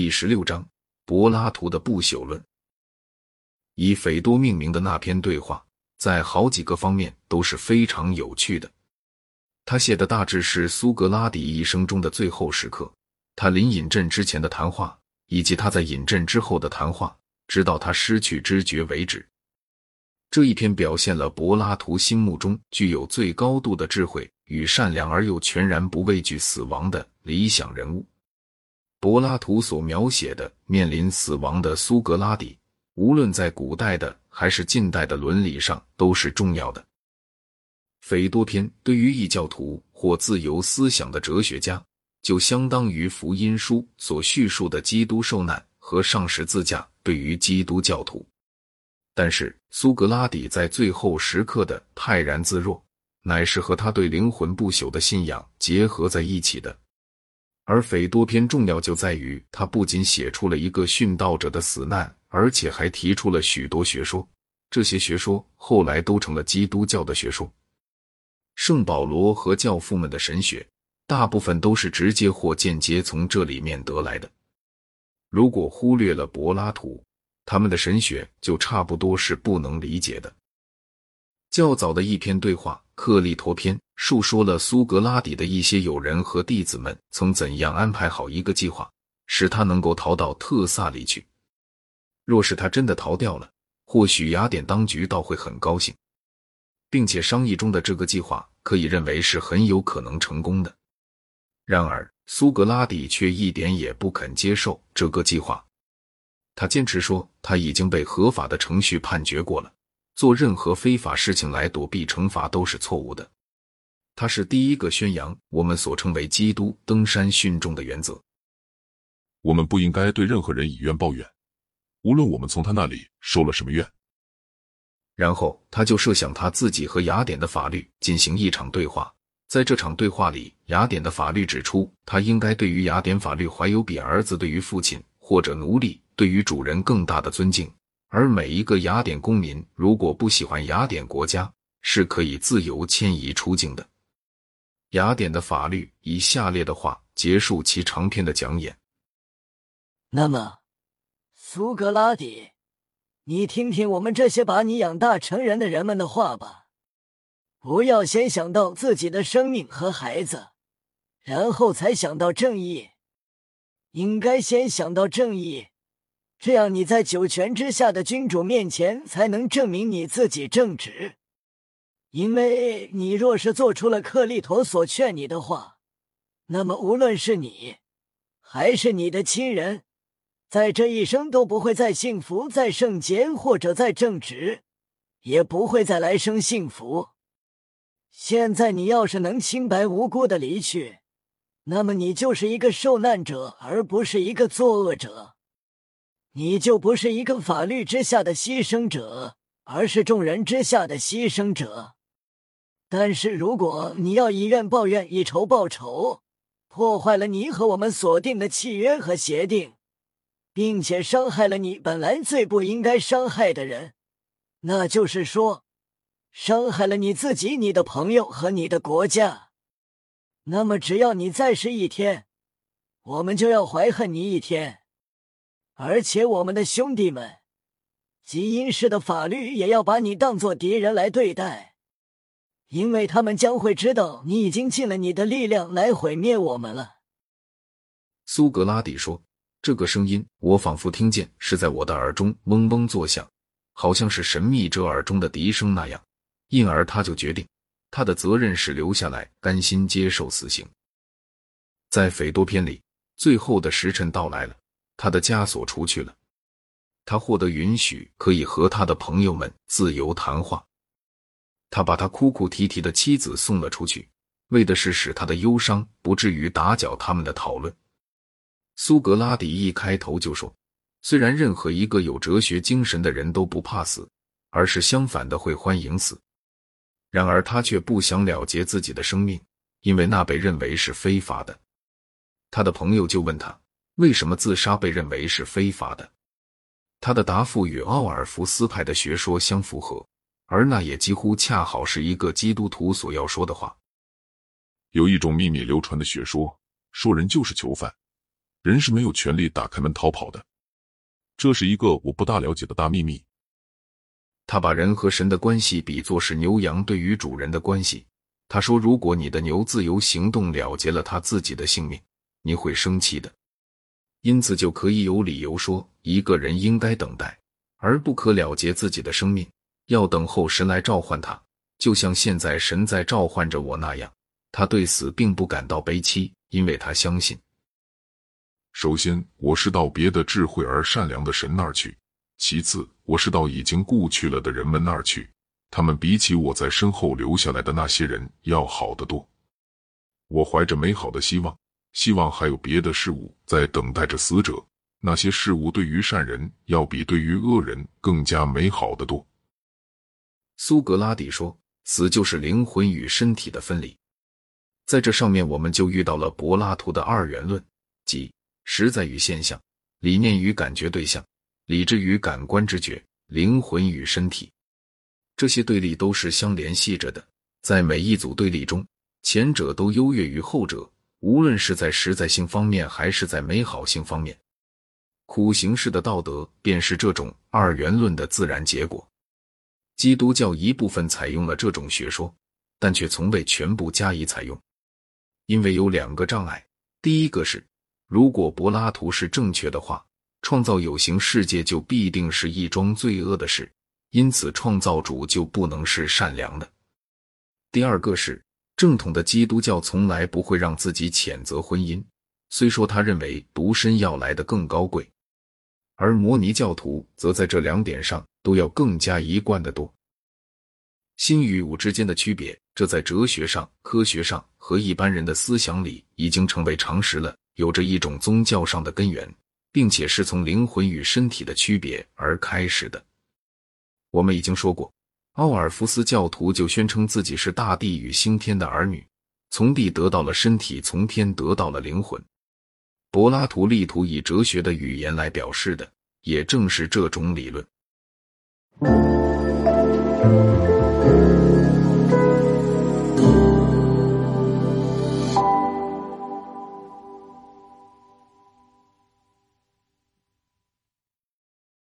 第16章柏拉图的不朽论。以斐多命名的那篇对话，在好几个方面都是非常有趣的。他写的大致是苏格拉底一生中的最后时刻，他临饮鸩之前的谈话，以及他在饮鸩之后的谈话，直到他失去知觉为止。这一篇表现了柏拉图心目中具有最高度的智慧与善良而又全然不畏惧死亡的理想人物。柏拉图所描写的面临死亡的苏格拉底，无论在古代的还是近代的伦理上都是重要的。斐多篇对于异教徒或自由思想的哲学家，就相当于福音书所叙述的基督受难和上十字架对于基督教徒。但是苏格拉底在最后时刻的泰然自若，乃是和他对灵魂不朽的信仰结合在一起的。而斐多篇重要就在于，他不仅写出了一个殉道者的死难，而且还提出了许多学说，这些学说后来都成了基督教的学说。圣保罗和教父们的神学，大部分都是直接或间接从这里面得来的。如果忽略了柏拉图，他们的神学就差不多是不能理解的。较早的一篇对话《克利托篇》述说了苏格拉底的一些友人和弟子们曾怎样安排好一个计划，使他能够逃到特萨里去。若是他真的逃掉了，或许雅典当局倒会很高兴，并且商议中的这个计划可以认为是很有可能成功的。然而苏格拉底却一点也不肯接受这个计划。他坚持说他已经被合法的程序判决过了，做任何非法事情来躲避惩罚都是错误的。他是第一个宣扬我们所称为基督登山训众的原则。 我们不应该对任何人以怨报怨，无论我们从他那里受了什么怨。 然后他就设想他自己和雅典的法律进行一场对话。在这场对话里，雅典的法律指出，他应该对于雅典法律怀有比儿子对于父亲或者奴隶对于主人更大的尊敬，而每一个雅典公民如果不喜欢雅典国家，是可以自由迁移出境的。雅典的法律以下列的话结束其长篇的讲演。 那么，苏格拉底，你听听我们这些把你养大成人的人们的话吧。不要先想到自己的生命和孩子，然后才想到正义。应该先想到正义，这样你在九泉之下的君主面前才能证明你自己正直。因为你若是做出了克利托所劝你的话，那么无论是你还是你的亲人，在这一生都不会再幸福、再圣洁或者再正直，也不会再来生幸福。现在你要是能清白无辜的离去，那么你就是一个受难者，而不是一个作恶者。你就不是一个法律之下的牺牲者，而是众人之下的牺牲者。但是如果你要以怨报怨，以仇报仇，破坏了你和我们所定的契约和协定，并且伤害了你本来最不应该伤害的人，那就是说，伤害了你自己、你的朋友和你的国家，那么只要你再是一天，我们就要怀恨你一天。而且我们的兄弟们，基因式的法律也要把你当作敌人来对待，因为他们将会知道你已经尽了你的力量来毁灭我们了。 苏格拉底说，这个声音我仿佛听见是在我的耳中嗡嗡作响，好像是神秘者耳中的笛声那样，因而他就决定他的责任是留下来，甘心接受死刑。在斐多篇里，最后的时辰到来了，他的枷锁除去了，他获得允许可以和他的朋友们自由谈话。他把他哭哭啼啼的妻子送了出去，为的是使他的忧伤不至于打搅他们的讨论。苏格拉底一开头就说，虽然任何一个有哲学精神的人都不怕死，而是相反的会欢迎死。然而他却不想了结自己的生命，因为那被认为是非法的。他的朋友就问他，为什么自杀被认为是非法的？他的答复与奥尔弗斯派的学说相符合，而那也几乎恰好是一个基督徒所要说的话。 有一种秘密流传的学说，说人就是囚犯， 人是没有权利打开门逃跑的。这是一个我不大了解的大秘密。 他把人和神的关系比作是牛羊对于主人的关系。他说，如果你的牛自由行动了结了他自己的性命，你会生气的。因此就可以有理由说，一个人应该等待，而不可了结自己的生命，要等候神来召唤他，就像现在神在召唤着我那样。他对死并不感到悲戚，因为他相信。 首先，我是到别的智慧而善良的神那儿去；其次，我是到已经故去了的人们那儿去，他们比起我在身后留下来的那些人要好得多。我怀着美好的希望，希望还有别的事物在等待着死者，那些事物对于善人要比对于恶人更加美好得多。 苏格拉底说，死就是灵魂与身体的分离。在这上面我们就遇到了柏拉图的二元论，即实在与现象，理念与感觉对象，理智与感官知觉，灵魂与身体。这些对立都是相联系着的，在每一组对立中，前者都优越于后者，无论是在实在性方面还是在美好性方面。苦行式的道德便是这种二元论的自然结果。基督教一部分采用了这种学说，但却从未全部加以采用。因为有两个障碍，第一个是，如果柏拉图是正确的话，创造有形世界就必定是一桩罪恶的事，因此创造主就不能是善良的。第二个是，正统的基督教从来不会让自己谴责婚姻，虽说他认为独身要来得更高贵，而摩尼教徒则在这两点上都要更加一贯得多。心与物之间的区别，这在哲学上、科学上和一般人的思想里已经成为常识了，有着一种宗教上的根源，并且是从灵魂与身体的区别而开始的。我们已经说过，奥尔夫斯教徒就宣称自己是大地与星天的儿女，从地得到了身体，从天得到了灵魂。柏拉图力图以哲学的语言来表示的，也正是这种理论。